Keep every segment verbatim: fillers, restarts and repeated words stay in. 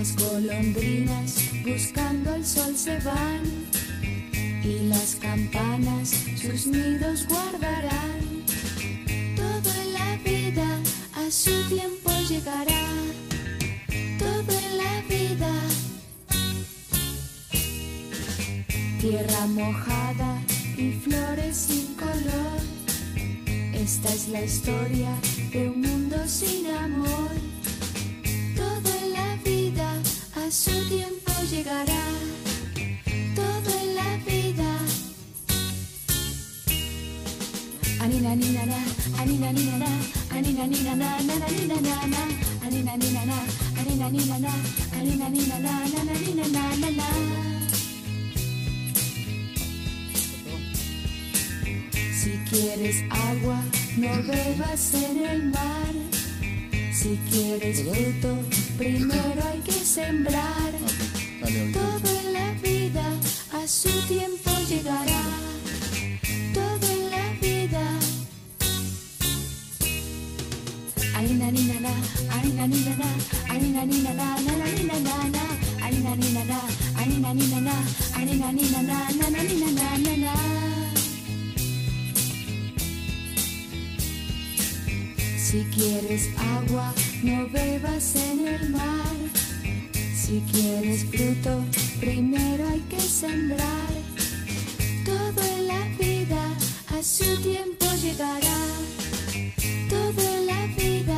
Las golondrinas buscando el sol se van y las campanas sus nidos guardarán. Todo en la vida a su tiempo llegará. Todo en la vida. Tierra mojada y flores sin color. Esta es la historia de un mundo sin amor. Todo en la vida a su tiempo llegará. Todo en la vida. Anina nina na, anina nina na, anina nina na, nana nina na na, anina nina na, anina nina na, anina nina na, nana nina na na na. Si quieres agua, no bebas en el mar. Si quieres fruto, primero hay que sembrar. Todo en la vida a su tiempo llegará. Todo en la vida. Anina nina na, anina nina na, anina nina na, nana nina na na, anina nina na, anina nina na, anina nina na, nana nina na na na. Si quieres agua, no bebas en el mar. Si quieres fruto, primero hay que sembrar. Todo en la vida a su tiempo llegará. Todo en la vida.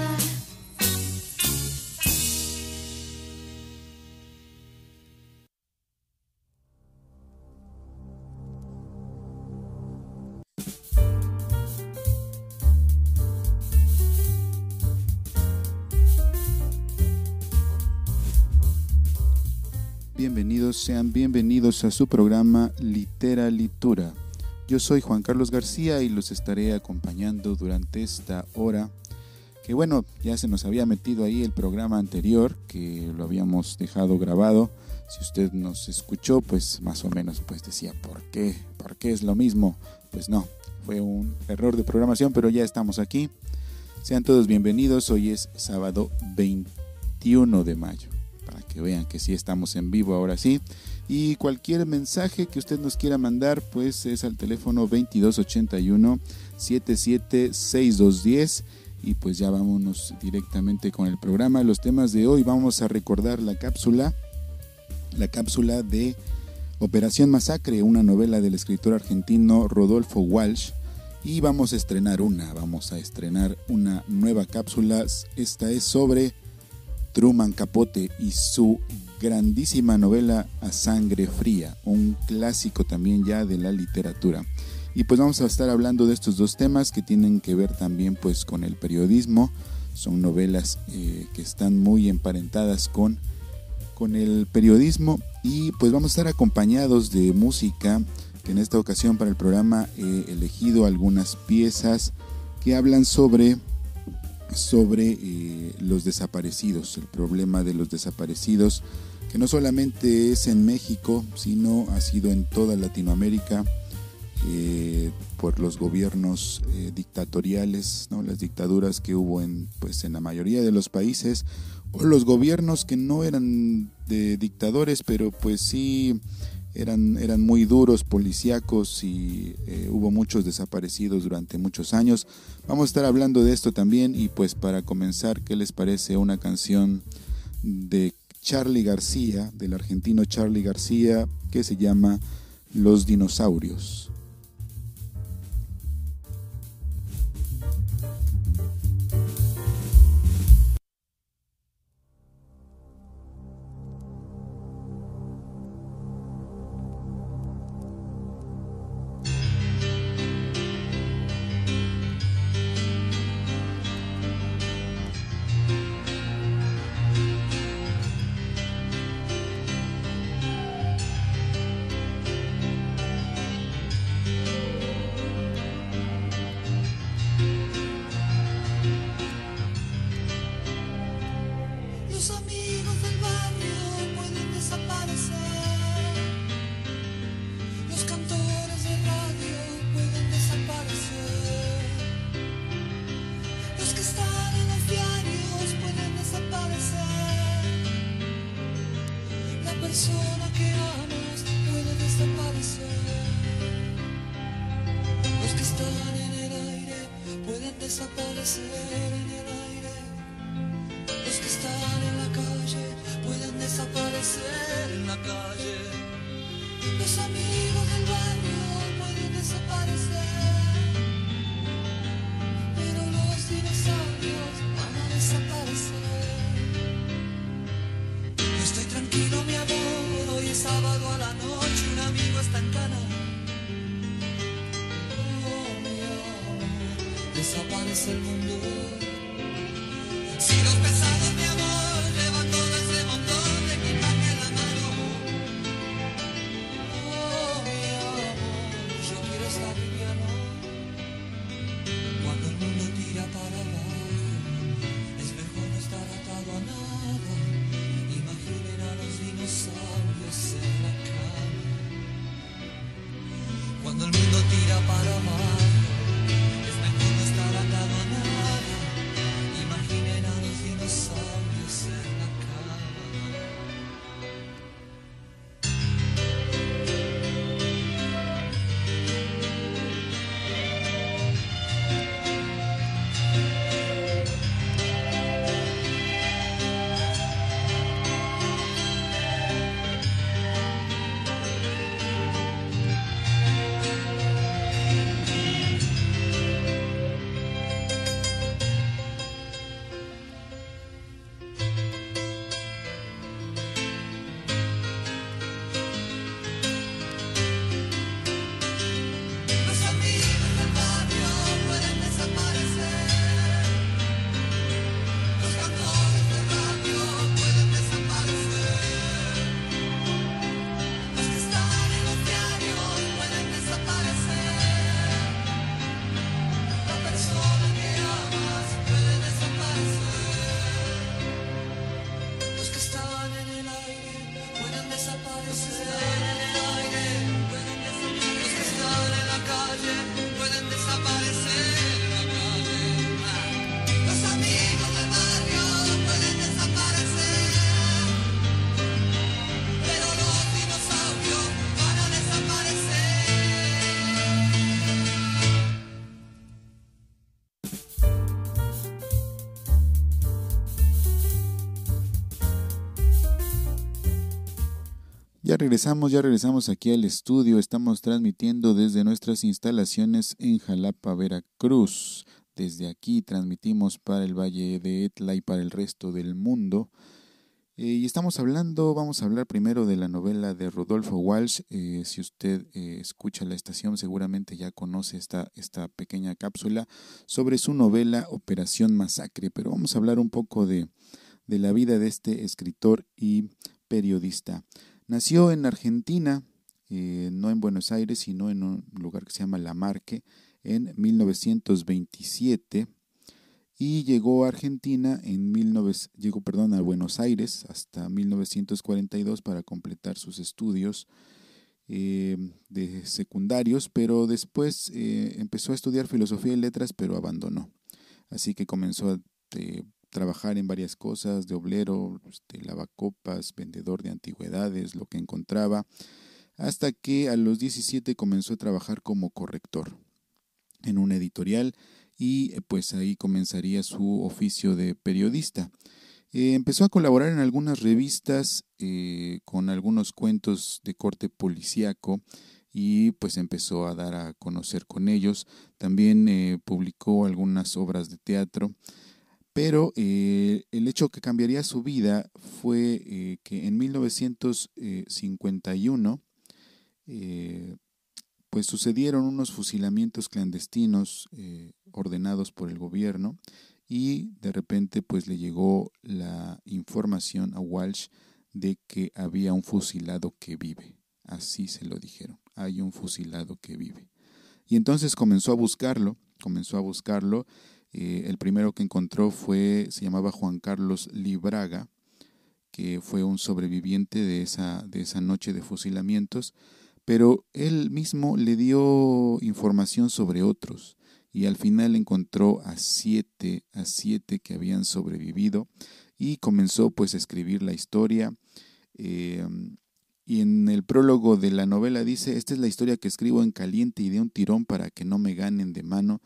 Bienvenidos, sean bienvenidos a su programa Literalitura. Yo soy Juan Carlos García y los estaré acompañando durante esta hora. Que bueno, ya se nos había metido ahí el programa anterior, que lo habíamos dejado grabado. Si usted nos escuchó, pues más o menos pues decía, ¿por qué? ¿Por qué es lo mismo? Pues no, fue un error de programación, pero ya estamos aquí. Sean todos bienvenidos, hoy es sábado veintiuno de mayo. Para que vean que sí estamos en vivo ahora sí. Y cualquier mensaje que usted nos quiera mandar, pues es al teléfono veintidós ochenta y uno, setenta y siete, sesenta y dos diez. Y pues ya vámonos directamente con el programa. Los temas de hoy, vamos a recordar la cápsula, la cápsula de Operación Masacre, una novela del escritor argentino Rodolfo Walsh. Y vamos a estrenar una, vamos a estrenar una nueva cápsula. Esta es sobre Truman Capote y su grandísima novela A Sangre Fría, un clásico también ya de la literatura. Y pues vamos a estar hablando de estos dos temas que tienen que ver también pues con el periodismo. Son novelas eh, que están muy emparentadas con, con el periodismo y pues vamos a estar acompañados de música, que en esta ocasión para el programa he elegido algunas piezas que hablan sobre sobre eh, los desaparecidos, el problema de los desaparecidos, que no solamente es en México, sino ha sido en toda Latinoamérica eh, por los gobiernos eh, dictatoriales, ¿no? Las dictaduras que hubo en, pues, en la mayoría de los países, o los gobiernos que no eran de dictadores, pero pues sí eran, eran muy duros, policíacos, y eh, hubo muchos desaparecidos durante muchos años. Vamos a estar hablando de esto también. Y pues para comenzar, ¿qué les parece una canción de Charly García, del argentino Charly García, que se llama Los Dinosaurios? desaparecer en el aire. Los que están en la calle pueden desaparecer en la calle. Los amigos del barrio pueden desaparecer, pero los dinosaurios van a desaparecer. Yo estoy tranquilo, mi amor, hoy es sábado a la noche, un amigo está en cana. Oh, mi amor, desaparece el mundo. Si los pesados, mi amor, llevan todo ese montón de equipaje en la mano. Oh, mi amor, yo quiero estar liviano. Cuando el mundo tira para abajo, es mejor no estar atado a nada. Imaginen a los dinosaurios en la cama. Cuando el mundo tira para abajo, es mejor no estar atado a nada. Imaginen a los dinosaurios en la cama. Los amigos del barrio pueden desaparecer. Los cantores de radio pueden desaparecer. Los que están en los diarios pueden desaparecer. La persona que amas puede desaparecer. Los que están en el aire pueden desaparecer. En el aire pueden desaparecer. Los que están en la calle pueden desaparecer en la calle. Ah. Los amigos del barrio pueden desaparecer, pero los dinosaurios van a desaparecer. Ya regresamos, ya regresamos aquí al estudio. Estamos transmitiendo desde nuestras instalaciones en Jalapa, Veracruz. Desde aquí transmitimos para el Valle de Etla y para el resto del mundo. Eh, y estamos hablando, vamos a hablar primero de la novela de Rodolfo Walsh. Eh, si usted eh, escucha la estación, seguramente ya conoce esta, esta pequeña cápsula sobre su novela Operación Masacre. Pero vamos a hablar un poco de, de la vida de este escritor y periodista. Nació en Argentina, eh, no en Buenos Aires, sino en un lugar que se llama Lamarque, en mil novecientos veintisiete, y llegó a Argentina en mil novecientos, llegó, perdón, a Buenos Aires hasta mil novecientos cuarenta y dos para completar sus estudios eh, de secundarios, pero después eh, empezó a estudiar filosofía y letras, pero abandonó. Así que comenzó a eh, trabajar en varias cosas, de obrero, de lavacopas, vendedor de antigüedades, lo que encontraba, hasta que a los diecisiete comenzó a trabajar como corrector en una editorial y pues ahí comenzaría su oficio de periodista. Eh, empezó a colaborar en algunas revistas eh, con algunos cuentos de corte policíaco y pues empezó a dar a conocer con ellos. También eh, publicó algunas obras de teatro. Pero eh, el hecho que cambiaría su vida fue eh, que en mil novecientos cincuenta y uno eh, pues sucedieron unos fusilamientos clandestinos eh, ordenados por el gobierno y de repente pues le llegó la información a Walsh de que había un fusilado que vive. Así se lo dijeron, hay un fusilado que vive. Y entonces comenzó a buscarlo, comenzó a buscarlo. Eh, el primero que encontró fue, se llamaba Juan Carlos Libraga, que fue un sobreviviente de esa, de esa noche de fusilamientos, pero él mismo le dio información sobre otros y al final encontró a siete, a siete que habían sobrevivido y comenzó pues a escribir la historia. Eh, y en el prólogo de la novela dice: esta es la historia que escribo en caliente y de un tirón para que no me ganen de mano,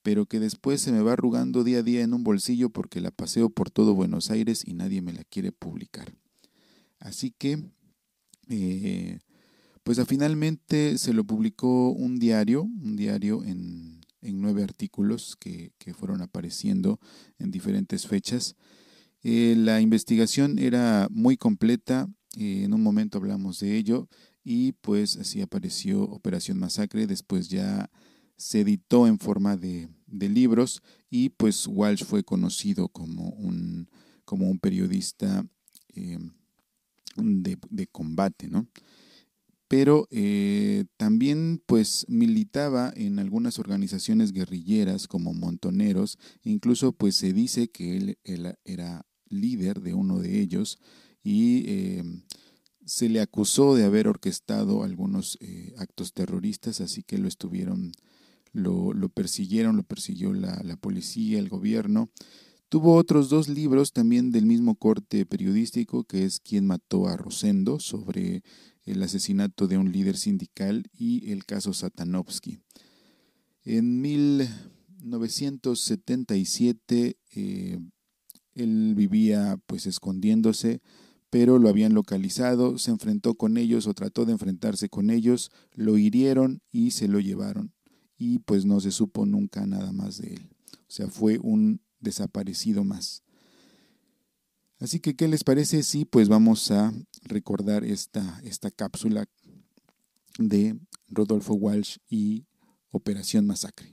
pero que después se me va arrugando día a día en un bolsillo porque la paseo por todo Buenos Aires y nadie me la quiere publicar. Así que, eh, pues finalmente se lo publicó un diario, un diario en, en nueve artículos que, que fueron apareciendo en diferentes fechas. Eh, la investigación era muy completa, eh, en un momento hablamos de ello, y pues así apareció Operación Masacre. Después ya se editó en forma de, de libros y pues Walsh fue conocido como un, como un periodista eh, de, de combate, ¿no? Pero eh, también pues militaba en algunas organizaciones guerrilleras como Montoneros. Incluso pues se dice que él, él era líder de uno de ellos y eh, se le acusó de haber orquestado algunos eh, actos terroristas, así que lo estuvieron, lo, lo persiguieron, lo persiguió la, la policía, el gobierno. Tuvo otros dos libros también del mismo corte periodístico, que es ¿Quién mató a Rosendo?, sobre el asesinato de un líder sindical, y el caso Satanovsky. En mil novecientos setenta y siete eh, él vivía pues escondiéndose, pero lo habían localizado, se enfrentó con ellos o trató de enfrentarse con ellos, lo hirieron y se lo llevaron, y pues no se supo nunca nada más de él. O sea, fue un desaparecido más. Así que, ¿qué les parece? Sí, pues vamos a recordar esta, esta cápsula de Rodolfo Walsh y Operación Masacre.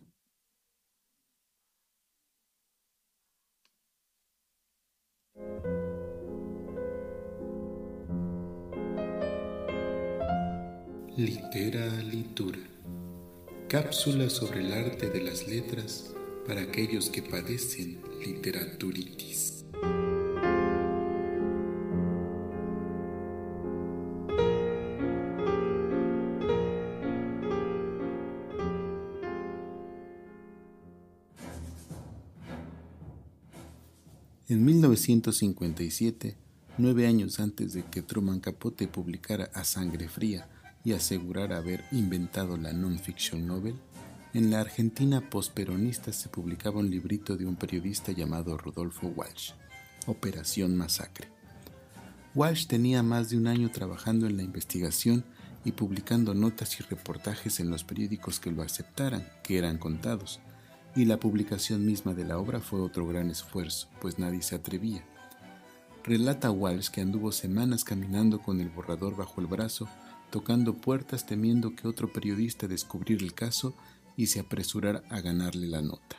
Litera-litura. Cápsula sobre el arte de las letras para aquellos que padecen literaturitis. En mil novecientos cincuenta y siete, nueve años antes de que Truman Capote publicara A Sangre Fría y asegurara haber inventado la non-fiction novel, en la Argentina posperonista se publicaba un librito de un periodista llamado Rodolfo Walsh, Operación Masacre. Walsh tenía más de un año trabajando en la investigación y publicando notas y reportajes en los periódicos que lo aceptaran, que eran contados, y la publicación misma de la obra fue otro gran esfuerzo, pues nadie se atrevía. Relata Walsh que anduvo semanas caminando con el borrador bajo el brazo, tocando puertas temiendo que otro periodista descubriera el caso y se apresurara a ganarle la nota.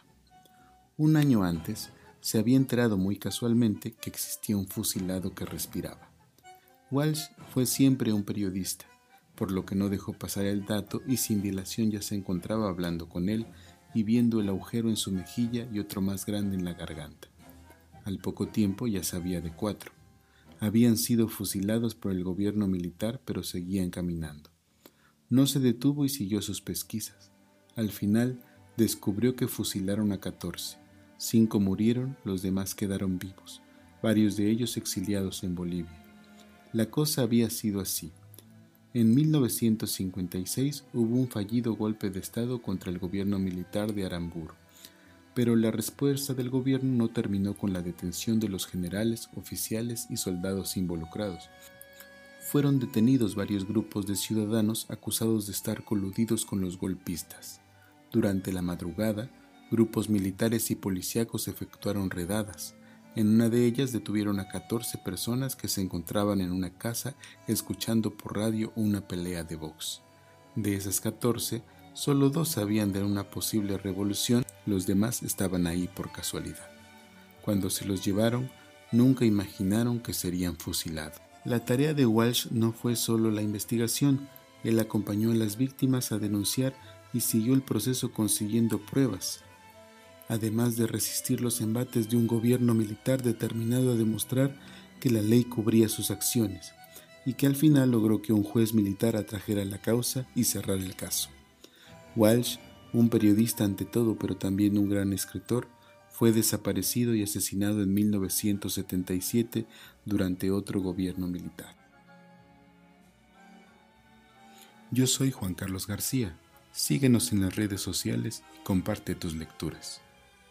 Un año antes, se había enterado muy casualmente que existía un fusilado que respiraba. Walsh fue siempre un periodista, por lo que no dejó pasar el dato y sin dilación ya se encontraba hablando con él y viendo el agujero en su mejilla y otro más grande en la garganta. Al poco tiempo ya sabía de cuatro. Habían sido fusilados por el gobierno militar, pero seguían caminando. No se detuvo y siguió sus pesquisas. Al final descubrió que fusilaron a catorce. Cinco murieron, los demás quedaron vivos, varios de ellos exiliados en Bolivia. La cosa había sido así. En mil novecientos cincuenta y seis hubo un fallido golpe de Estado contra el gobierno militar de Aramburu, pero la respuesta del gobierno no terminó con la detención de los generales, oficiales y soldados involucrados. Fueron detenidos varios grupos de ciudadanos acusados de estar coludidos con los golpistas. Durante la madrugada, grupos militares y policíacos efectuaron redadas. En una de ellas detuvieron a catorce personas que se encontraban en una casa escuchando por radio una pelea de box. De esas catorce, solo dos sabían de una posible revolución, los demás estaban ahí por casualidad. Cuando se los llevaron, nunca imaginaron que serían fusilados. La tarea de Walsh no fue solo la investigación, él acompañó a las víctimas a denunciar y siguió el proceso consiguiendo pruebas, además de resistir los embates de un gobierno militar determinado a demostrar que la ley cubría sus acciones, y que al final logró que un juez militar atrajera la causa y cerrara el caso. Walsh, un periodista ante todo, pero también un gran escritor, fue desaparecido y asesinado en mil novecientos setenta y siete durante otro gobierno militar. Yo soy Juan Carlos García, Síguenos en las redes sociales y comparte tus lecturas.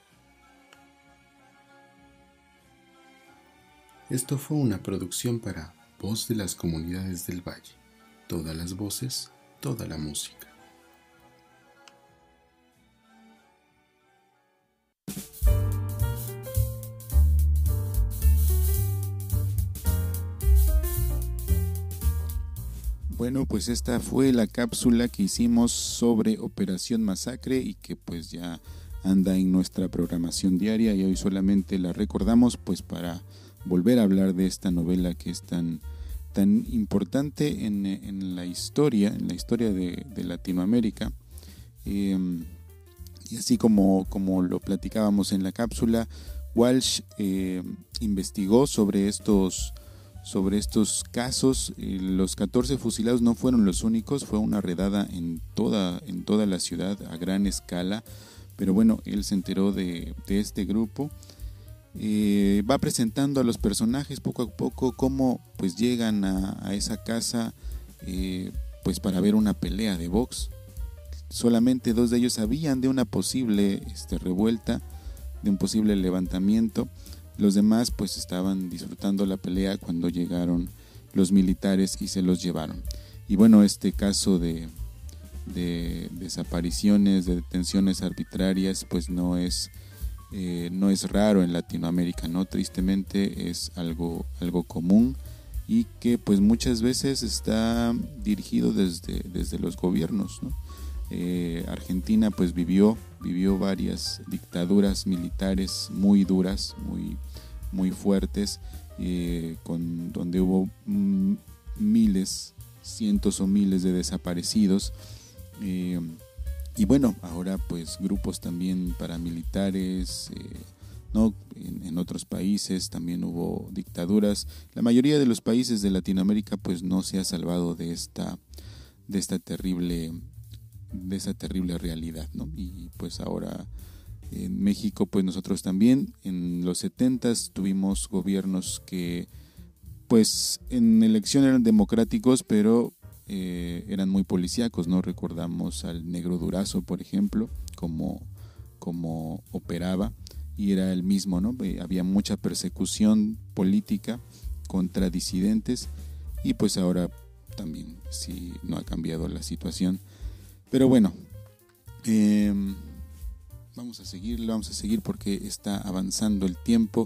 Esto fue una producción para Voz de las Comunidades del Valle. Todas las voces, toda la música. Bueno, pues esta fue la cápsula que hicimos sobre Operación Masacre y que pues ya anda en nuestra programación diaria, y hoy solamente la recordamos pues para volver a hablar de esta novela que es tan, tan importante en, en la historia, en la historia de, de Latinoamérica. Eh, y así como, como lo platicábamos en la cápsula, Walsh eh, investigó sobre estos sobre estos casos. Eh, los catorce fusilados no fueron los únicos, fue una redada en toda, en toda la ciudad a gran escala, pero bueno, él se enteró de, de este grupo. Eh, va presentando a los personajes poco a poco, cómo pues llegan a, a esa casa eh, pues para ver una pelea de box. Solamente dos de ellos sabían de una posible este, revuelta, de un posible levantamiento. Los demás pues estaban disfrutando la pelea cuando llegaron los militares y se los llevaron. Y bueno, este caso de, de desapariciones, de detenciones arbitrarias, pues no es, eh, no es raro en Latinoamérica, ¿no? Tristemente es algo, algo común, y que pues muchas veces está dirigido desde, desde los gobiernos, ¿no? Eh, Argentina pues vivió, vivió varias dictaduras militares muy duras, muy, muy fuertes, eh, con, donde hubo mm, miles, cientos o miles de desaparecidos. Eh, y bueno, ahora pues grupos también paramilitares, eh, ¿no? En, en otros países también hubo dictaduras. La mayoría de los países de Latinoamérica pues no se ha salvado de esta, de esta terrible de esa terrible realidad, ¿no? Y pues ahora en México pues nosotros también en los setentas tuvimos gobiernos que pues en elección eran democráticos, pero eh, eran muy policíacos, ¿no? Recordamos al Negro Durazo, por ejemplo, como, como operaba, y era el mismo, ¿no? Eh, había mucha persecución política contra disidentes, y pues ahora también sí no ha cambiado la situación. Pero bueno, eh, vamos a seguir, vamos a seguir porque está avanzando el tiempo.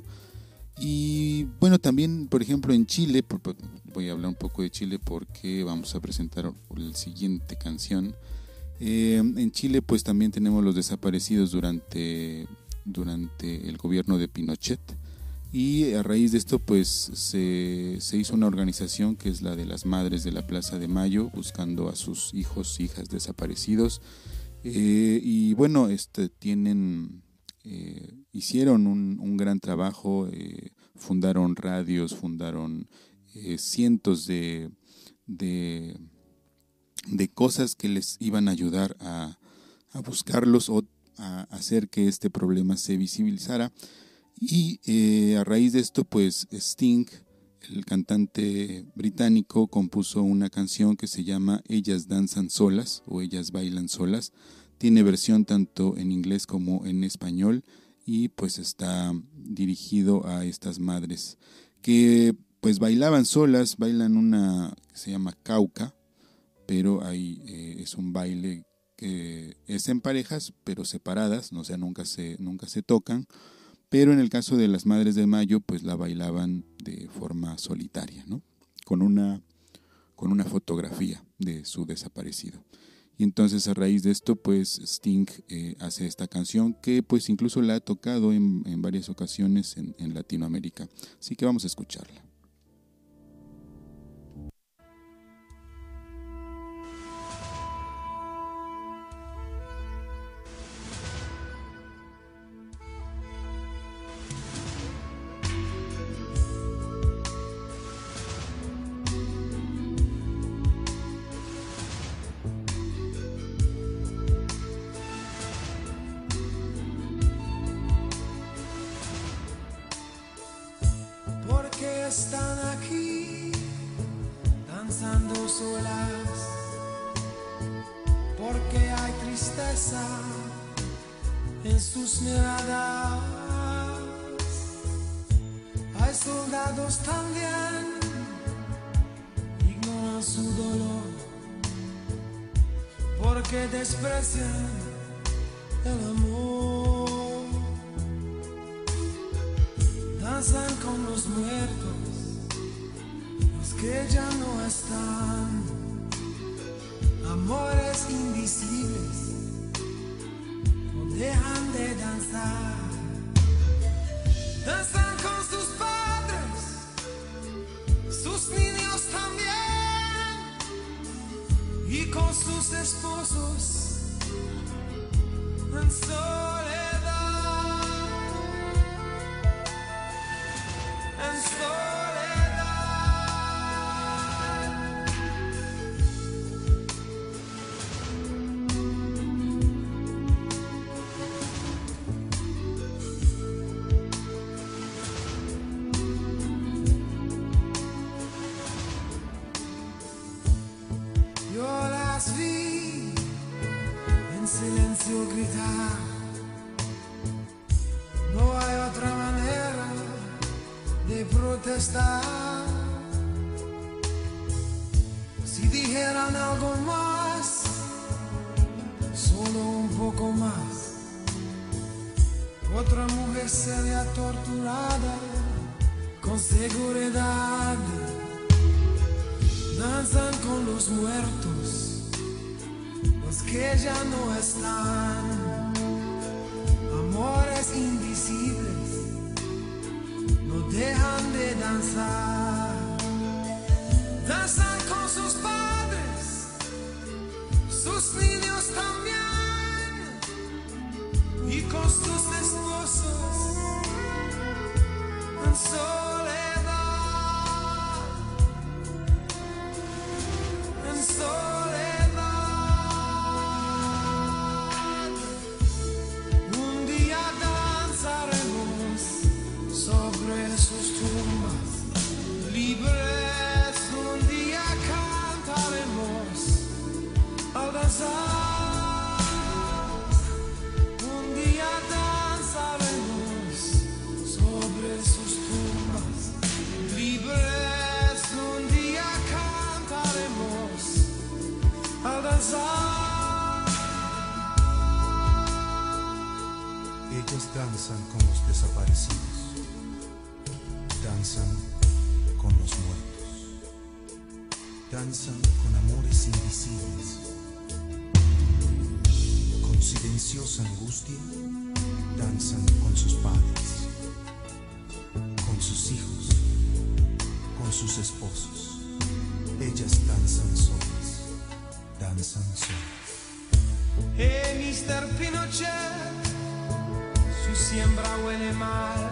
Y bueno, también por ejemplo en Chile, voy a hablar un poco de Chile porque vamos a presentar la siguiente canción. Eh, en Chile pues también tenemos los desaparecidos durante, durante el gobierno de Pinochet. Y a raíz de esto pues se, se hizo una organización que es la de las Madres de la Plaza de Mayo, buscando a sus hijos, hijas desaparecidos. Eh, y bueno, este, tienen, eh, hicieron un, un gran trabajo, eh, fundaron radios, fundaron eh, cientos de, de, de cosas que les iban a ayudar a, a buscarlos o a hacer que este problema se visibilizara. Y eh, a raíz de esto pues Sting, el cantante británico, compuso una canción que se llama Ellas danzan solas o Ellas bailan solas. Tiene versión tanto en inglés como en español, y pues está dirigido a estas madres que pues bailaban solas. Bailan una que se llama cauca, pero ahí eh, es un baile que es en parejas pero separadas, ¿no? O sea, nunca se, nunca se tocan. Pero en el caso de las Madres de Mayo, pues la bailaban de forma solitaria, ¿no? Con una, con una fotografía de su desaparecido. Y entonces a raíz de esto, pues Sting eh, hace esta canción que pues incluso la ha tocado en, en varias ocasiones en, en Latinoamérica. Así que vamos a escucharla. Están aquí danzando solas, porque hay tristeza en sus miradas. Hay soldados también, ignoran su dolor, porque desprecian el amor. Danzan con los muertos, los que ya no están. Amores invisibles no dejan de danzar. Danzan con sus padres, sus niños también, y con sus esposos en soledad, en soledad. Gritar, no hay otra manera de protestar. Si dijeran algo más, solo un poco más, otra mujer sería torturada con seguridad. Danzan con los muertos, que ya no están. Amores invisibles no dejan de danzar. Danzan con sus padres, sus niños también, y con sus esposos en soledad, en soledad. Un día danzaremos sobre sus tumbas, libres. Un día cantaremos al danzar. Ellas danzan con los desaparecidos, danzan con los muertos, danzan con amores invisibles. Con silenciosa angustia, danzan con sus padres, con sus hijos, con sus esposos. Ellas danzan solas, danzan solas. Hey, mister Pinochet, su siembra huele mal,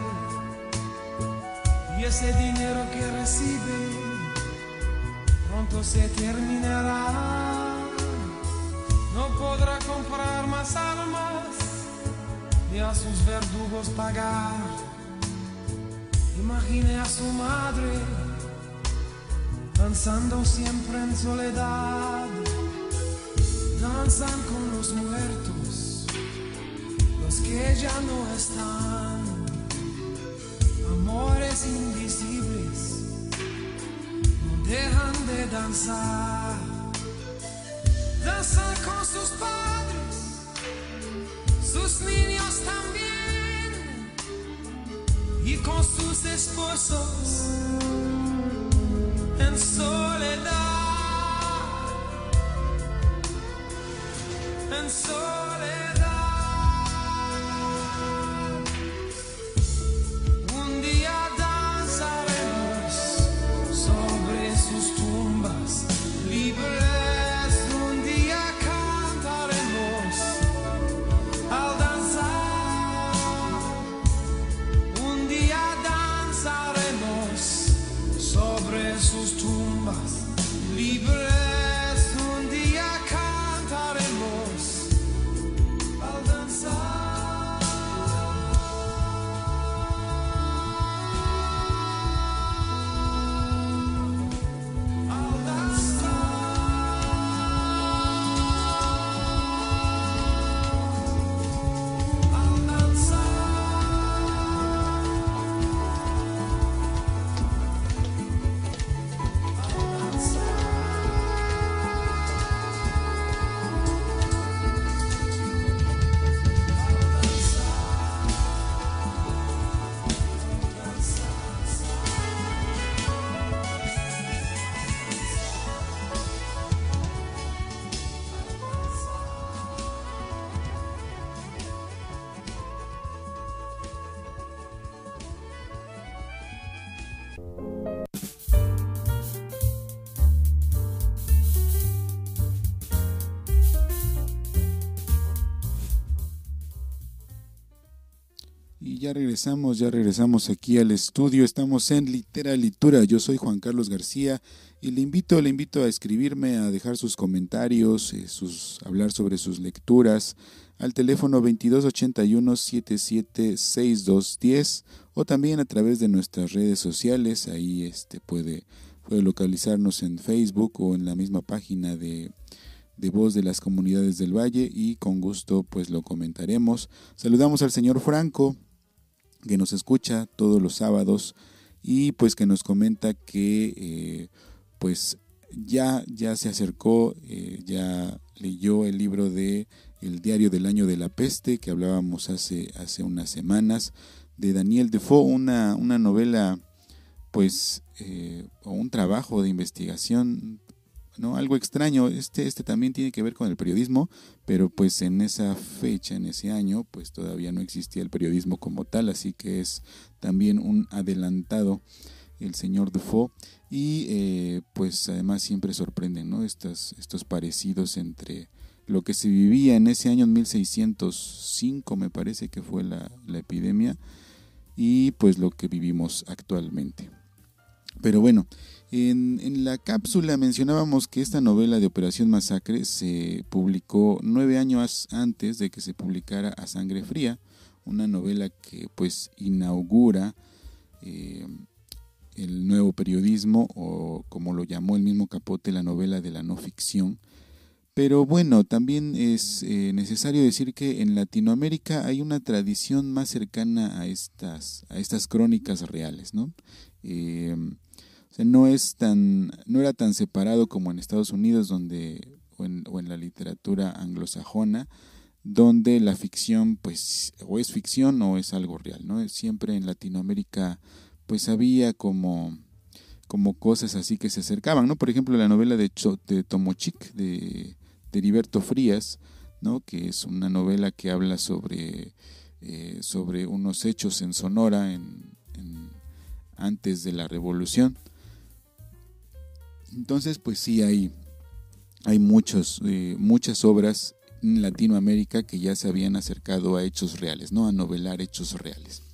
y ese dinero que recibe pronto se terminará. No podrá comprar más armas ni a sus verdugos pagar. Imagine a su madre danzando siempre en soledad. Danzan con los muertos, los que ya no están. Amores invisibles no dejan de danzar. Danzan con sus padres, sus niños también, y con sus esposos en soledad, en soledad. Un día danzaremos sobre sus tumbas, libres. Sus tumbas libres, un día cantaremos ya regresamos, ya regresamos aquí al estudio, estamos en Literalitura, yo soy Juan Carlos García y le invito, le invito a escribirme, a dejar sus comentarios, eh, sus, hablar sobre sus lecturas al teléfono veintidós ochenta y uno setenta y siete sesenta y dos diez o también a través de nuestras redes sociales, ahí este puede, puede localizarnos en Facebook o en la misma página de de Voz de las Comunidades del Valle y con gusto pues lo comentaremos. Saludamos al señor Franco que nos escucha todos los sábados y pues que nos comenta que eh, pues ya, ya se acercó, eh, ya leyó el libro de El Diario del Año de la Peste que hablábamos hace, hace unas semanas de Daniel Defoe, una, una novela pues eh, o un trabajo de investigación, ¿no? Algo extraño. Este, este también tiene que ver con el periodismo, pero pues en esa fecha, en ese año, pues todavía no existía el periodismo como tal, así que es también un adelantado el señor Defoe y eh, pues además siempre sorprenden, ¿no? Estos, estos parecidos entre lo que se vivía en ese año, en mil seiscientos cinco me parece que fue la, la epidemia, y pues lo que vivimos actualmente. Pero bueno, en, en la cápsula mencionábamos que esta novela de Operación Masacre se publicó nueve años antes de que se publicara A Sangre Fría, una novela que pues inaugura eh, el nuevo periodismo, o como lo llamó el mismo Capote, la novela de la no ficción. Pero bueno, también es eh, necesario decir que en Latinoamérica hay una tradición más cercana a estas, a estas crónicas reales, ¿no? Eh, o sea, no es tan, no era tan separado como en Estados Unidos, donde o en, o en la literatura anglosajona, donde la ficción, pues, o es ficción o es algo real, ¿no? Siempre en Latinoamérica, pues, había como, como cosas así que se acercaban, ¿no? Por ejemplo, la novela de, Cho, de Tomochic, de, de Heriberto Frías, ¿no? Que es una novela que habla sobre, eh, sobre unos hechos en Sonora en, en, antes de la Revolución. Entonces, pues sí, hay, hay muchos, eh, muchas obras en Latinoamérica que ya se habían acercado a hechos reales, ¿no? A novelar hechos reales.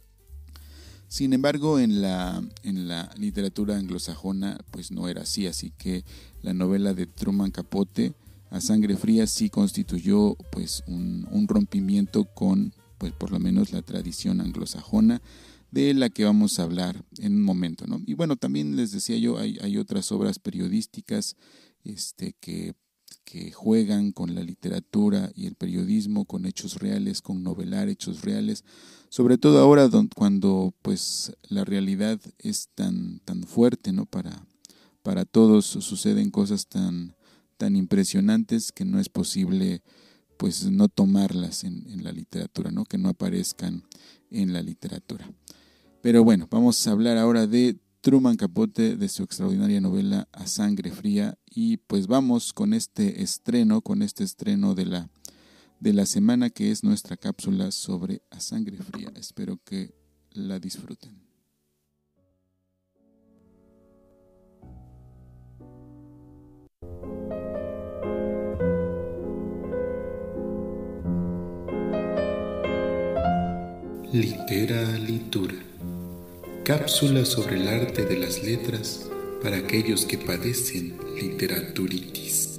Sin embargo, en la, en la literatura anglosajona, pues no era así, así que la novela de Truman Capote, A Sangre Fría, sí constituyó pues un, un rompimiento con, pues por lo menos la tradición anglosajona, de la que vamos a hablar en un momento, ¿no? Y bueno, también les decía yo, hay, hay otras obras periodísticas este, que, que juegan con la literatura y el periodismo, con hechos reales, con novelar hechos reales, sobre todo ahora don, cuando pues la realidad es tan, tan fuerte, ¿no? Para, para todos suceden cosas tan, tan impresionantes que no es posible pues no tomarlas en, en la literatura, ¿no? Que no aparezcan en la literatura. Pero bueno, vamos a hablar ahora de Truman Capote, de su extraordinaria novela A Sangre Fría, y pues vamos con este estreno, con este estreno de la, de la semana, que es nuestra cápsula sobre A Sangre Fría. Espero que la disfruten. Literalitura. Cápsula sobre el arte de las letras para aquellos que padecen literaturitis.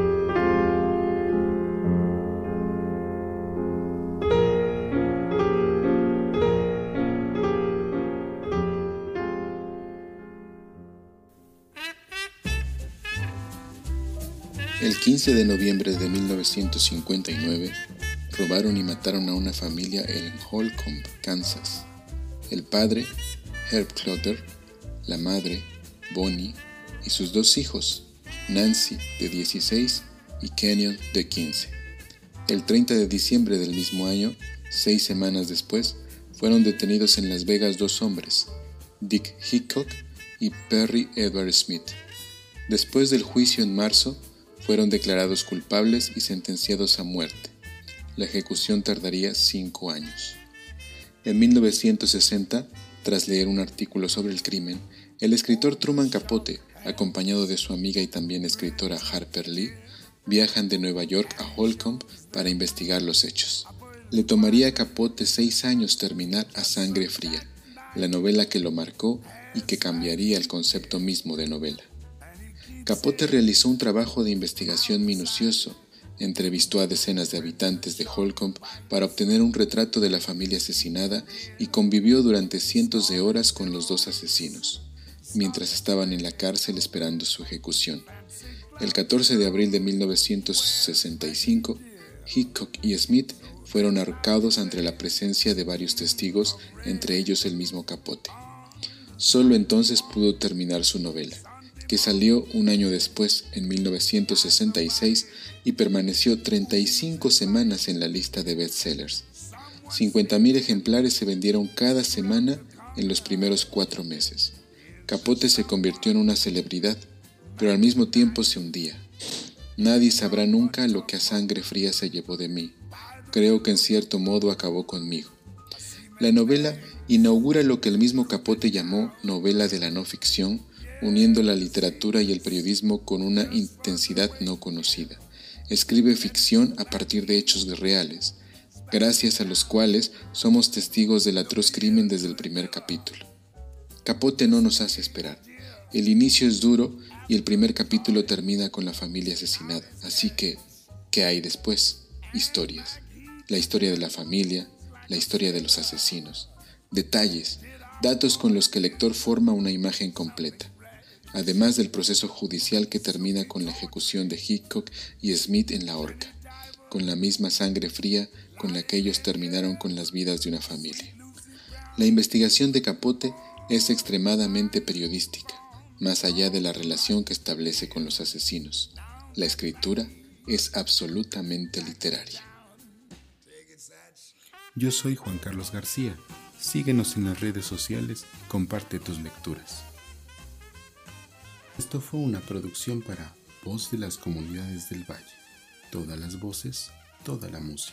El quince de noviembre de mil novecientos cincuenta y nueve, robaron y mataron a una familia en Holcomb, Kansas. El padre, Herb Clutter, la madre, Bonnie, y sus dos hijos, Nancy, de dieciséis, y Kenyon, de quince. El treinta de diciembre del mismo año, seis semanas después, fueron detenidos en Las Vegas dos hombres, Dick Hickok y Perry Edward Smith. Después del juicio en marzo, fueron declarados culpables y sentenciados a muerte. La ejecución tardaría cinco años. En mil novecientos sesenta, tras leer un artículo sobre el crimen, el escritor Truman Capote, acompañado de su amiga y también escritora Harper Lee, viajan de Nueva York a Holcomb para investigar los hechos. Le tomaría a Capote seis años terminar A Sangre Fría, la novela que lo marcó y que cambiaría el concepto mismo de novela. Capote realizó un trabajo de investigación minucioso, entrevistó a decenas de habitantes de Holcomb para obtener un retrato de la familia asesinada y convivió durante cientos de horas con los dos asesinos, mientras estaban en la cárcel esperando su ejecución. El catorce de abril de mil novecientos sesenta y cinco, Hickok y Smith fueron ahorcados ante la presencia de varios testigos, entre ellos el mismo Capote. Solo entonces pudo terminar su novela, que salió un año después, en mil novecientos sesenta y seis, y permaneció treinta y cinco semanas en la lista de bestsellers. cincuenta mil ejemplares se vendieron cada semana en los primeros cuatro meses. Capote se convirtió en una celebridad, pero al mismo tiempo se hundía. Nadie sabrá nunca lo que A Sangre Fría se llevó de mí. Creo que en cierto modo acabó conmigo. La novela inaugura lo que el mismo Capote llamó novela de la no ficción, uniendo la literatura y el periodismo con una intensidad no conocida. Escribe ficción a partir de hechos reales, gracias a los cuales somos testigos del atroz crimen desde el primer capítulo. Capote no nos hace esperar. El inicio es duro y el primer capítulo termina con la familia asesinada. Así que, ¿qué hay después? Historias. La historia de la familia, la historia de los asesinos. Detalles, datos con los que el lector forma una imagen completa. Además del proceso judicial que termina con la ejecución de Hickok y Smith en la horca, con la misma sangre fría con la que ellos terminaron con las vidas de una familia. La investigación de Capote es extremadamente periodística, más allá de la relación que establece con los asesinos. La escritura es absolutamente literaria. Yo soy Juan Carlos García. Síguenos en las redes sociales y comparte tus lecturas. Esto fue una producción para Voz de las Comunidades del Valle. Todas las voces, toda la música.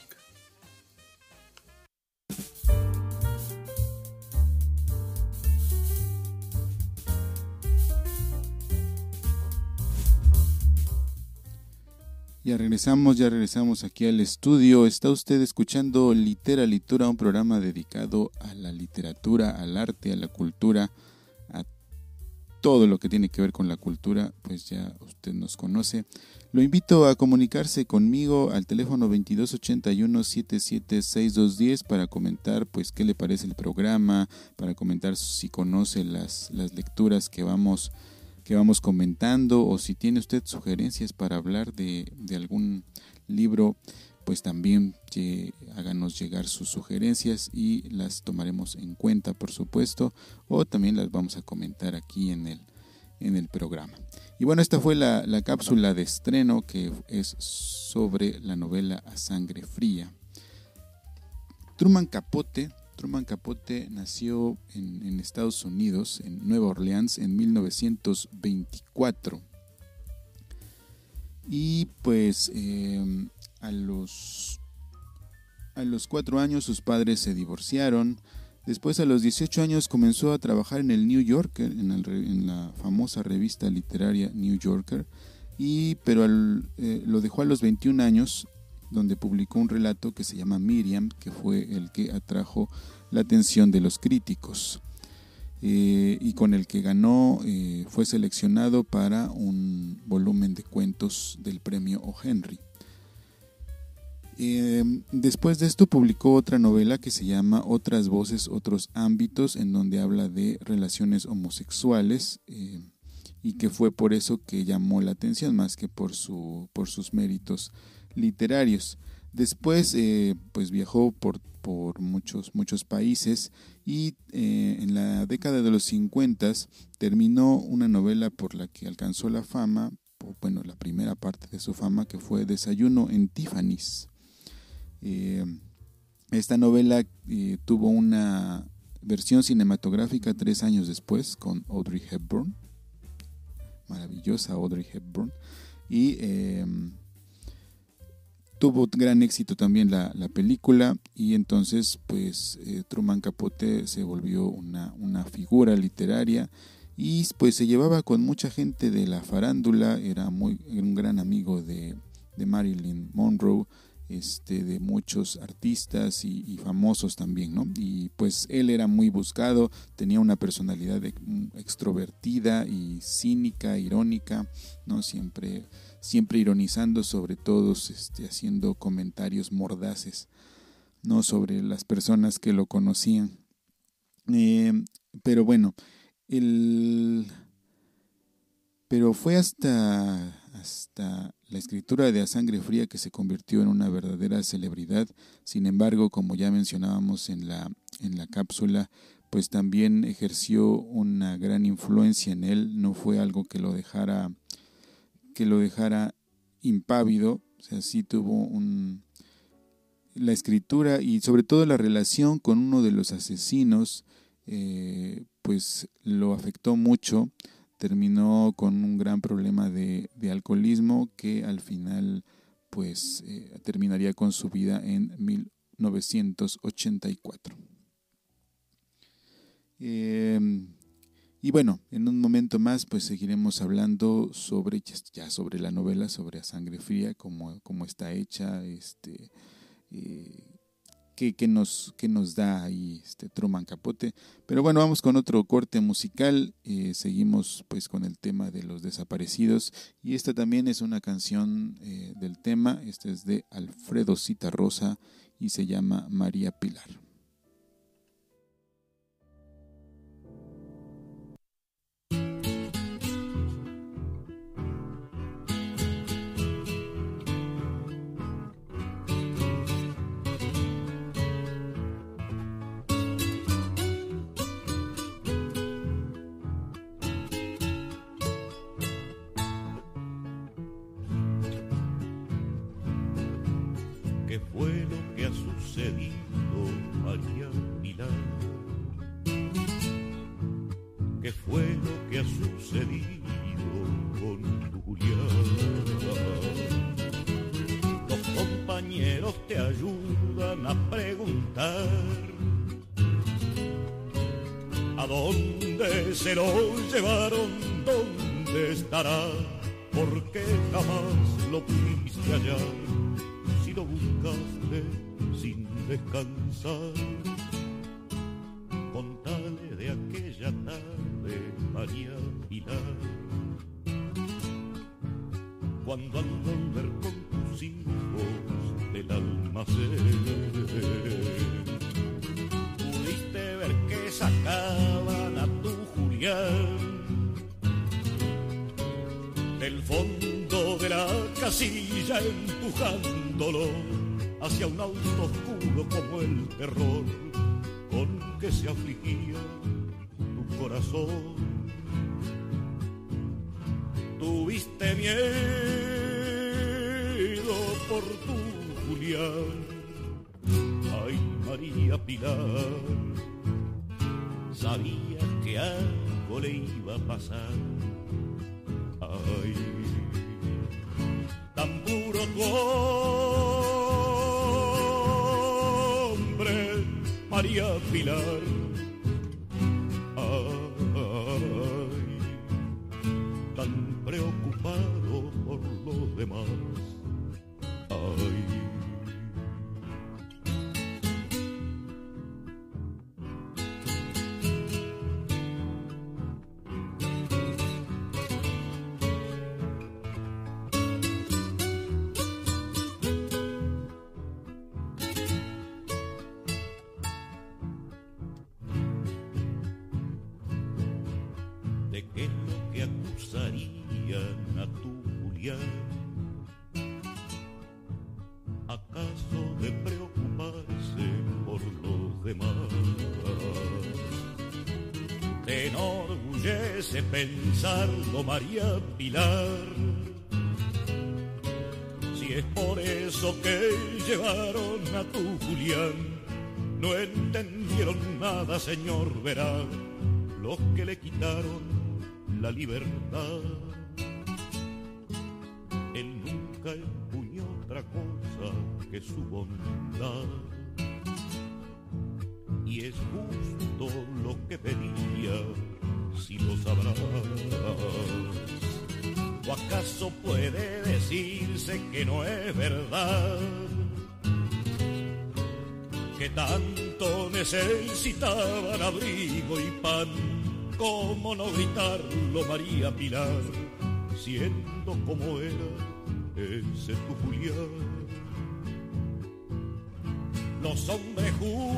Ya regresamos, ya regresamos aquí al estudio. Está usted escuchando Litera Litura, un programa dedicado a la literatura, al arte, a la cultura, a todo lo que tiene que ver con la cultura, pues ya usted nos conoce. Lo invito a comunicarse conmigo al teléfono veintidós ochenta y uno setenta y siete sesenta y dos diez para comentar pues qué le parece el programa, para comentar si conoce las, las lecturas que vamos que vamos comentando, o si tiene usted sugerencias para hablar de, de algún libro, pues también que háganos llegar sus sugerencias y las tomaremos en cuenta, por supuesto, o también las vamos a comentar aquí en el, en el programa. Y bueno, esta fue la, la cápsula de estreno, que es sobre la novela A Sangre Fría. Truman Capote Truman Capote nació en, en Estados Unidos, en Nueva Orleans, en mil novecientos veinticuatro. Y pues eh, a los a los cuatro años sus padres se divorciaron. Después, a los dieciocho años, comenzó a trabajar en el New Yorker, en, el, en la famosa revista literaria New Yorker, y, pero al, eh, lo dejó a los veintiún años, donde publicó un relato que se llama Miriam, que fue el que atrajo la atención de los críticos, eh, y con el que ganó, eh, fue seleccionado para un volumen de cuentos del premio O. Henry. Eh, después de esto publicó otra novela que se llama Otras Voces, Otros Ámbitos, en donde habla de relaciones homosexuales, eh, y que fue por eso que llamó la atención, más que por, su, por sus méritos literarios. Después eh, pues viajó por, por muchos, muchos países, y eh, en la década de los cincuenta terminó una novela por la que alcanzó la fama, o, bueno, la primera parte de su fama, que fue Desayuno en Tiffany's. Eh, esta novela eh, tuvo una versión cinematográfica tres años después con Audrey Hepburn, maravillosa Audrey Hepburn, y eh, tuvo gran éxito también la, la película, y entonces pues eh, Truman Capote se volvió una, una figura literaria, y pues se llevaba con mucha gente de la farándula. Era, muy, era un gran amigo de, de Marilyn Monroe, este, de muchos artistas y, y famosos también, ¿no? Y pues él era muy buscado, tenía una personalidad de, extrovertida y cínica, irónica, ¿no? Siempre, siempre ironizando sobre todos, este, haciendo comentarios mordaces, ¿no? Sobre las personas que lo conocían. Eh, pero bueno, el... pero fue hasta, hasta la escritura de A Sangre Fría que se convirtió en una verdadera celebridad. Sin embargo, como ya mencionábamos en la, en la cápsula, pues también ejerció una gran influencia en él. No fue algo que lo dejara, que lo dejara impávido. O sea, sí tuvo un, la escritura y sobre todo la relación con uno de los asesinos, eh, pues lo afectó mucho. Terminó con un gran problema de, de alcoholismo que al final pues eh, terminaría con su vida en mil novecientos ochenta y cuatro. Eh, y bueno, en un momento más pues seguiremos hablando sobre ya sobre la novela, sobre A Sangre Fría, cómo, cómo está hecha, este eh, Que, que, nos, que nos da ahí este Truman Capote. Pero bueno, vamos con otro corte musical. Eh, seguimos pues con el tema de los desaparecidos. Y esta también es una canción eh, del tema. Esta es de Alfredo Zitarrosa y se llama María Pilar. ¿Qué fue lo que ha sucedido, María Pilar? ¿Qué fue lo que ha sucedido con tu Julián? Los compañeros te ayudan a preguntar ¿a dónde se lo llevaron? ¿Dónde estará? ¿Por qué jamás lo pudiste hallar? Lo buscaste sin descansar. Contale de aquella tarde, María Pilar, cuando al volver con tus hijos del almacén pudiste ver que sacaban a tu Julián del fondo de la casilla, empujándolo hacia un auto oscuro como el terror con que se afligía tu corazón. Tuviste miedo por tu Julián, ay María Pilar, sabías que algo le iba a pasar. Ay, tan puro tu hombre, María Pilar. Ay, tan preocupado por los demás. Ay. ¿Acaso de preocuparse por los demás? Te enorgullece pensarlo, María Pilar. Si es por eso que llevaron a tu Julián, no entendieron nada, señor, verá, los que le quitaron la libertad. Él nunca empuñó otra cosa que su bondad, y es justo lo que pedía, si lo sabrás. ¿O acaso puede decirse que no es verdad que tanto necesitaban abrigo y pan. ¿Cómo no gritarlo, María Pilar, siendo como era ese tu Julián? Los hombres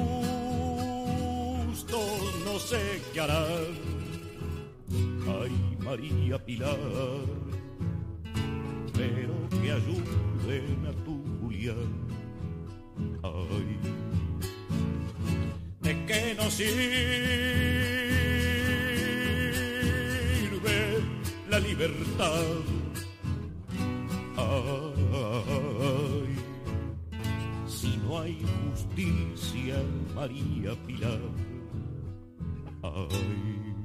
justos no sé qué harán. Ay, María Pilar, pero que ayuden a tu Julián. Ay, ¿de qué nos sirve la libertad? Ay, si no hay justicia, María Pilar. Ay.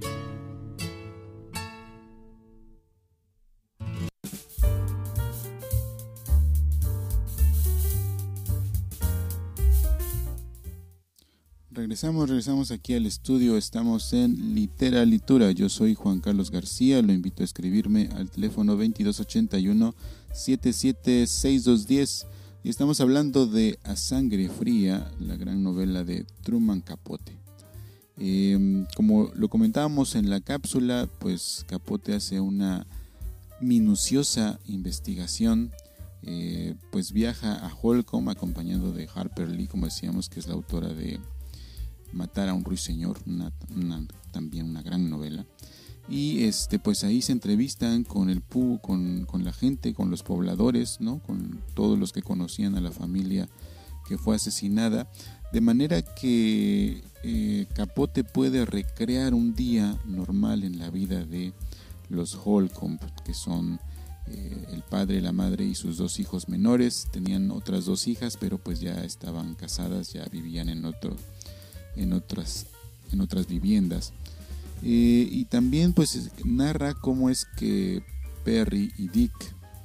Regresamos, regresamos aquí al estudio, estamos en Literalitura. Yo soy Juan Carlos García, lo invito a escribirme al teléfono veintidós ochenta y uno, setenta y siete, sesenta y dos diez y estamos hablando de A Sangre Fría, la gran novela de Truman Capote. Eh, como lo comentábamos en la cápsula, pues Capote hace una minuciosa investigación. Eh, pues viaja a Holcomb acompañado de Harper Lee, como decíamos, que es la autora de Matar a un ruiseñor, una, una, también una gran novela. Y este, pues ahí se entrevistan con el pu, con, con la gente, con los pobladores, ¿no? Con todos los que conocían a la familia que fue asesinada, de manera que eh, Capote puede recrear un día normal en la vida de los Holcomb, que son eh, el padre, la madre y sus dos hijos menores. Tenían otras dos hijas, pero pues ya estaban casadas, ya vivían en otro en otras en otras viviendas. Eh, y también pues narra cómo es que Perry y Dick,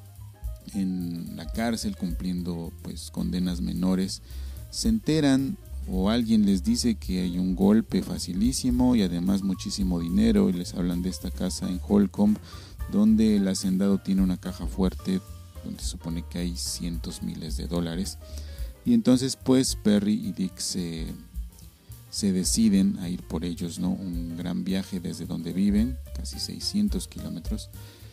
en la cárcel cumpliendo pues condenas menores, se enteran o alguien les dice que hay un golpe facilísimo y además muchísimo dinero, y les hablan de esta casa en Holcomb donde el hacendado tiene una caja fuerte donde se supone que hay cientos miles de dólares. Y entonces pues Perry y Dick se se deciden a ir por ellos, ¿no? Un gran viaje desde donde viven, casi seiscientos kilómetros,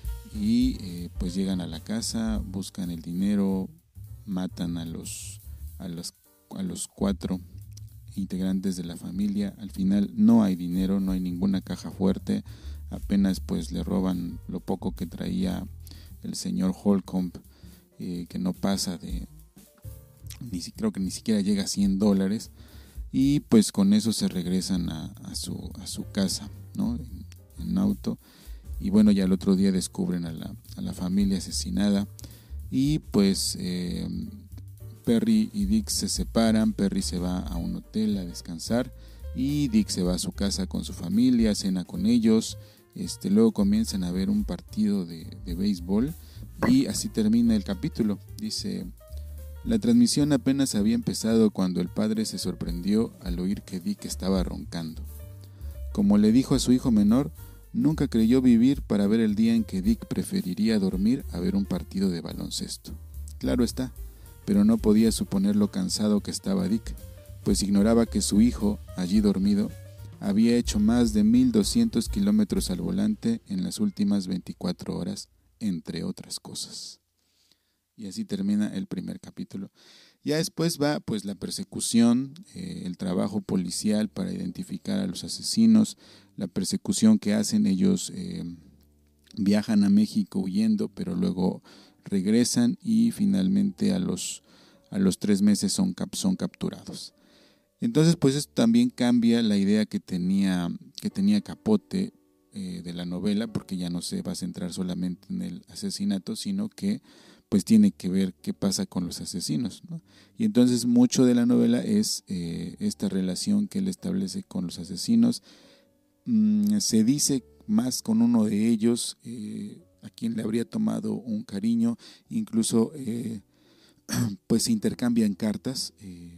y eh, pues llegan a la casa, buscan el dinero, matan a los, a los, a los cuatro integrantes de la familia. Al final no hay dinero, no hay ninguna caja fuerte, apenas pues le roban lo poco que traía el señor Holcomb, eh, que no pasa de, ni creo que ni siquiera llega a cien dólares. Y pues con eso se regresan a, a, su, a su casa, ¿no? En, en auto. Y bueno, ya el otro día descubren a la, a la familia asesinada. Y pues eh, Perry y Dick se separan. Perry se va a un hotel a descansar y Dick se va a su casa con su familia, cena con ellos. Este, luego comienzan a ver un partido de, de béisbol y así termina el capítulo. Dice: la transmisión apenas había empezado cuando el padre se sorprendió al oír que Dick estaba roncando. Como le dijo a su hijo menor, nunca creyó vivir para ver el día en que Dick preferiría dormir a ver un partido de baloncesto. Claro está, pero no podía suponer lo cansado que estaba Dick, pues ignoraba que su hijo, allí dormido, había hecho más de mil doscientos kilómetros al volante en las últimas veinticuatro horas, entre otras cosas. Y así termina el primer capítulo. Ya después va pues la persecución, eh, el trabajo policial para identificar a los asesinos, la persecución que hacen ellos. Eh, viajan a México huyendo, pero luego regresan y finalmente a los, a los tres meses son, cap, son capturados. Entonces pues esto también cambia la idea que tenía, que tenía Capote eh, de la novela, porque ya no se va a centrar solamente en el asesinato, sino que pues tiene que ver qué pasa con los asesinos, ¿no? Y entonces mucho de la novela es eh, esta relación que él establece con los asesinos. Mm, se dice más con uno de ellos, eh, a quien le habría tomado un cariño, incluso eh, pues se intercambian cartas eh,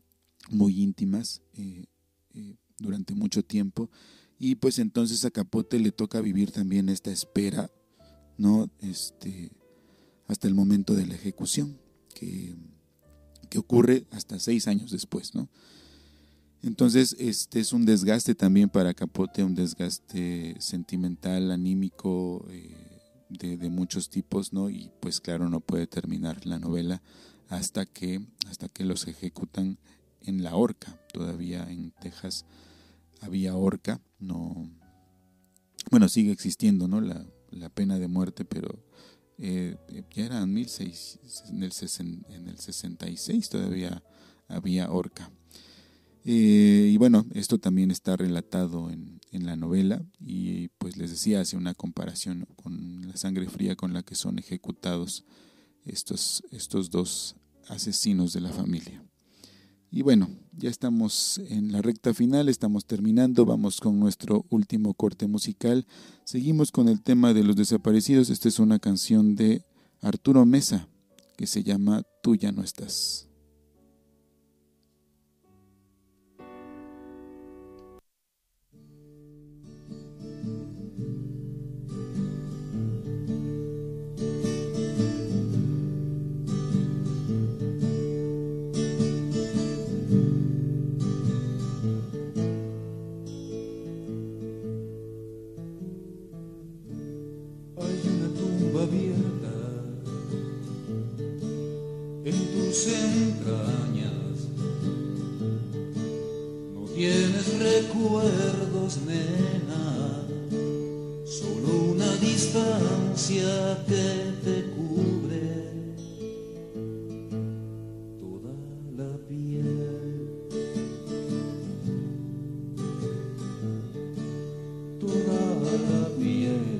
muy íntimas eh, eh, durante mucho tiempo, y pues entonces a Capote le toca vivir también esta espera, ¿no? Este... hasta el momento de la ejecución, que, que ocurre hasta seis años después, ¿no? Entonces, este es un desgaste también para Capote, un desgaste sentimental, anímico, eh, de, de muchos tipos, ¿no? Y pues claro, no puede terminar la novela hasta que, hasta que los ejecutan en la horca. Todavía en Texas había horca, no, bueno, sigue existiendo, ¿no? La, la pena de muerte, pero eh, ya era en, mil seiscientos, en, el sesenta, en el sesenta y seis todavía había horca. Eh, y bueno, esto también está relatado en, en la novela y pues les decía, hace una comparación, ¿no?, con la sangre fría con la que son ejecutados estos, estos dos asesinos de la familia. Y bueno, ya estamos en la recta final, estamos terminando, vamos con nuestro último corte musical. Seguimos con el tema de los desaparecidos. Esta es una canción de Arturo Mesa que se llama Tú ya no estás. Entrañas, no tienes recuerdos, nena, solo una distancia que te cubre toda la piel, toda la piel.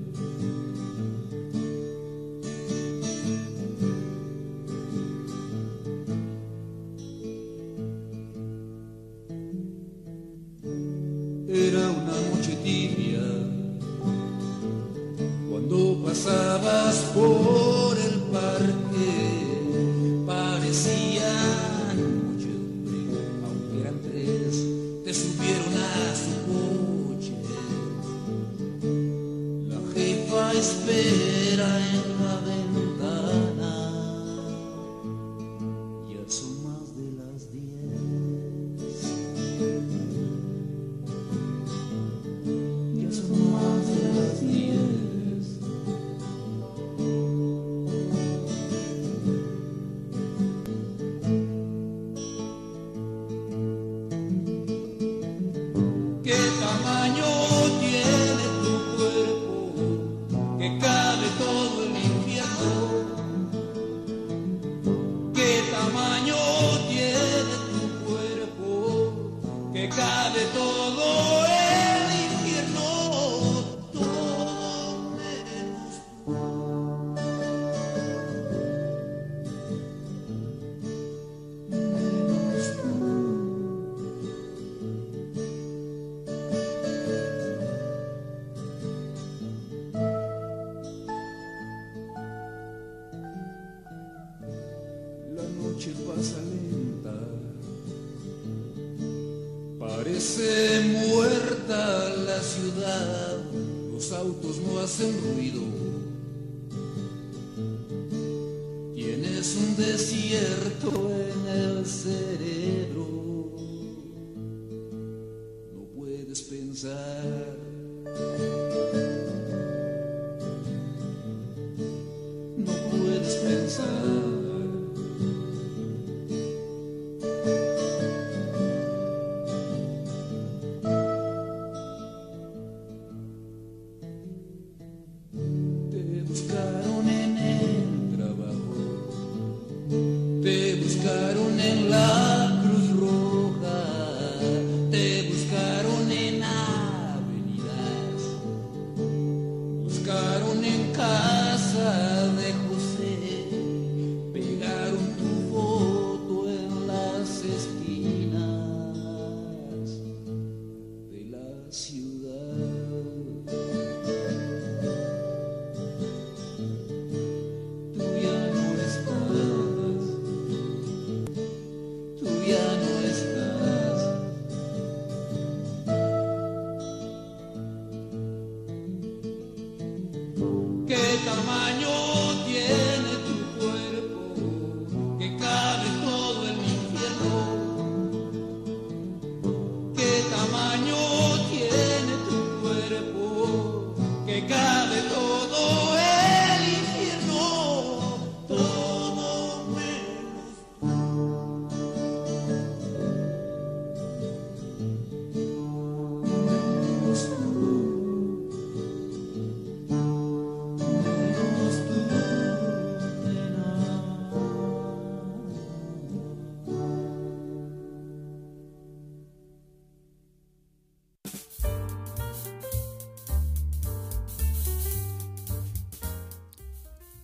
Era una noche tibia cuando pasabas por el parque, parecían mucho, aunque eran tres, te subieron a su coche. La jefa espera en la ventana, ya son más de las diez. ¿Qué tamaño tiene tu cuerpo que cabe todo el infierno? ¿Qué tamaño tiene tu cuerpo que cabe todo el infierno? Todo menos tú. Menos tú. Pasa lenta, parece muerta la ciudad, los autos no hacen ruido, tienes un desierto en el cerebro, no puedes pensar, no puedes pensar. En la Cruz Roja, te buscaron en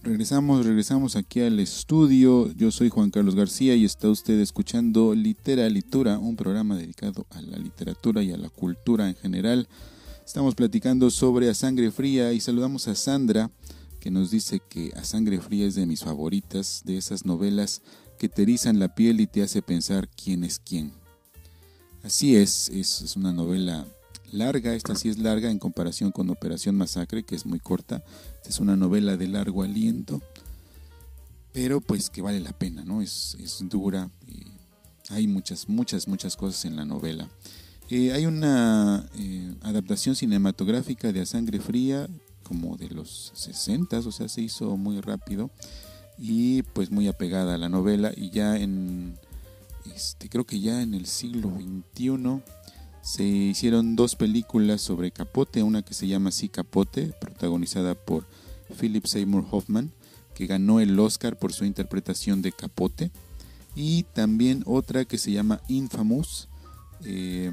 regresamos, regresamos aquí al estudio. Yo soy Juan Carlos García y está usted escuchando Literalitura, un programa dedicado a la literatura y a la cultura en general. Estamos platicando sobre A Sangre Fría y saludamos a Sandra, que nos dice que A Sangre Fría es de mis favoritas, de esas novelas que te erizan la piel y te hace pensar quién es quién. Así es, es, es una novela larga, esta sí es larga en comparación con Operación Masacre, que es muy corta. Esta es una novela de largo aliento, pero pues que vale la pena, ¿no? Es, es dura, y hay muchas, muchas, muchas cosas en la novela. Eh, hay una eh, adaptación cinematográfica de A Sangre Fría, como de los sesentas, o sea, se hizo muy rápido y pues muy apegada a la novela, y ya en, este, creo que ya en el siglo veintiuno se hicieron dos películas sobre Capote, una que se llama Sí Capote, protagonizada por Philip Seymour Hoffman, que ganó el Oscar por su interpretación de Capote, y también otra que se llama Infamous, eh,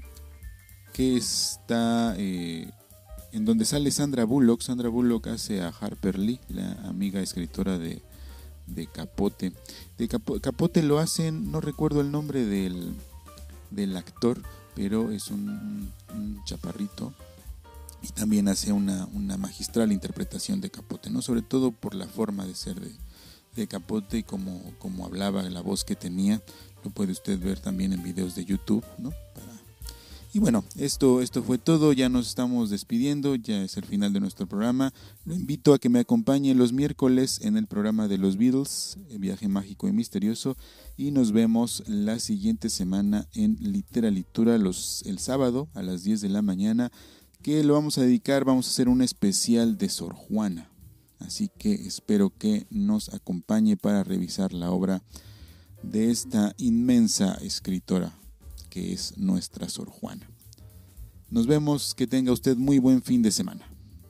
que está eh, en donde sale Sandra Bullock. Sandra Bullock hace a Harper Lee, la amiga escritora de, de Capote. De Capo, Capote lo hacen, no recuerdo el nombre del, del actor, pero es un, un, un chaparrito, y también hace una, una magistral interpretación de Capote, ¿no? Sobre todo por la forma de ser de, de Capote y como, como hablaba, la voz que tenía. Lo puede usted ver también en videos de YouTube, ¿no? Para... Y bueno, esto, esto fue todo, ya nos estamos despidiendo, ya es el final de nuestro programa. Lo invito a que me acompañe los miércoles en el programa de los Beatles, Viaje Mágico y Misterioso, y nos vemos la siguiente semana en Literalitura los, el sábado a las diez de la mañana, que lo vamos a dedicar, vamos a hacer un especial de Sor Juana, así que espero que nos acompañe para revisar la obra de esta inmensa escritora que es nuestra Sor Juana. Nos vemos, que tenga usted muy buen fin de semana.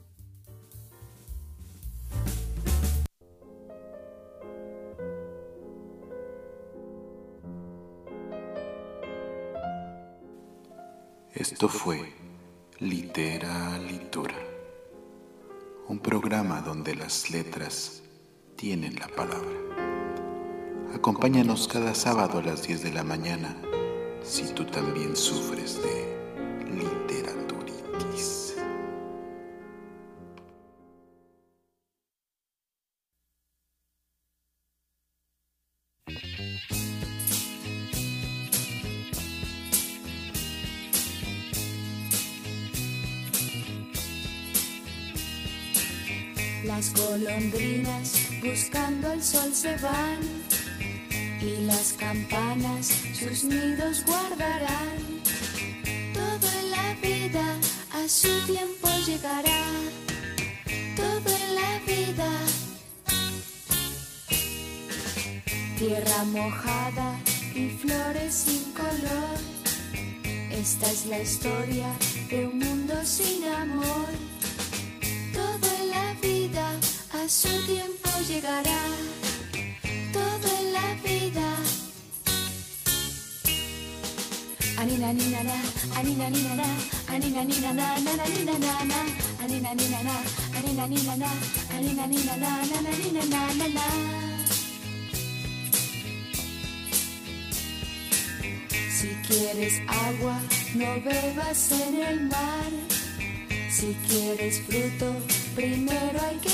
Esto fue Literalitura, un programa donde las letras tienen la palabra. Acompáñanos cada sábado a las diez de la mañana si tú también sufres de literaturitis. Las golondrinas buscando el sol se van, y las campanas sus nidos guardarán. Todo en la vida a su tiempo llegará. Todo en la vida. Tierra mojada y flores sin color. Esta es la historia de un mundo sin amor. Todo en la vida a su tiempo llegará. Todo en la vida. Anina nina na, anina nina na, anina nina na, na nina na na, anina nina na, anina nina na, anina nina na, na nina na na na. Si quieres agua, no bebas en el mar. Si quieres fruto, primero hay que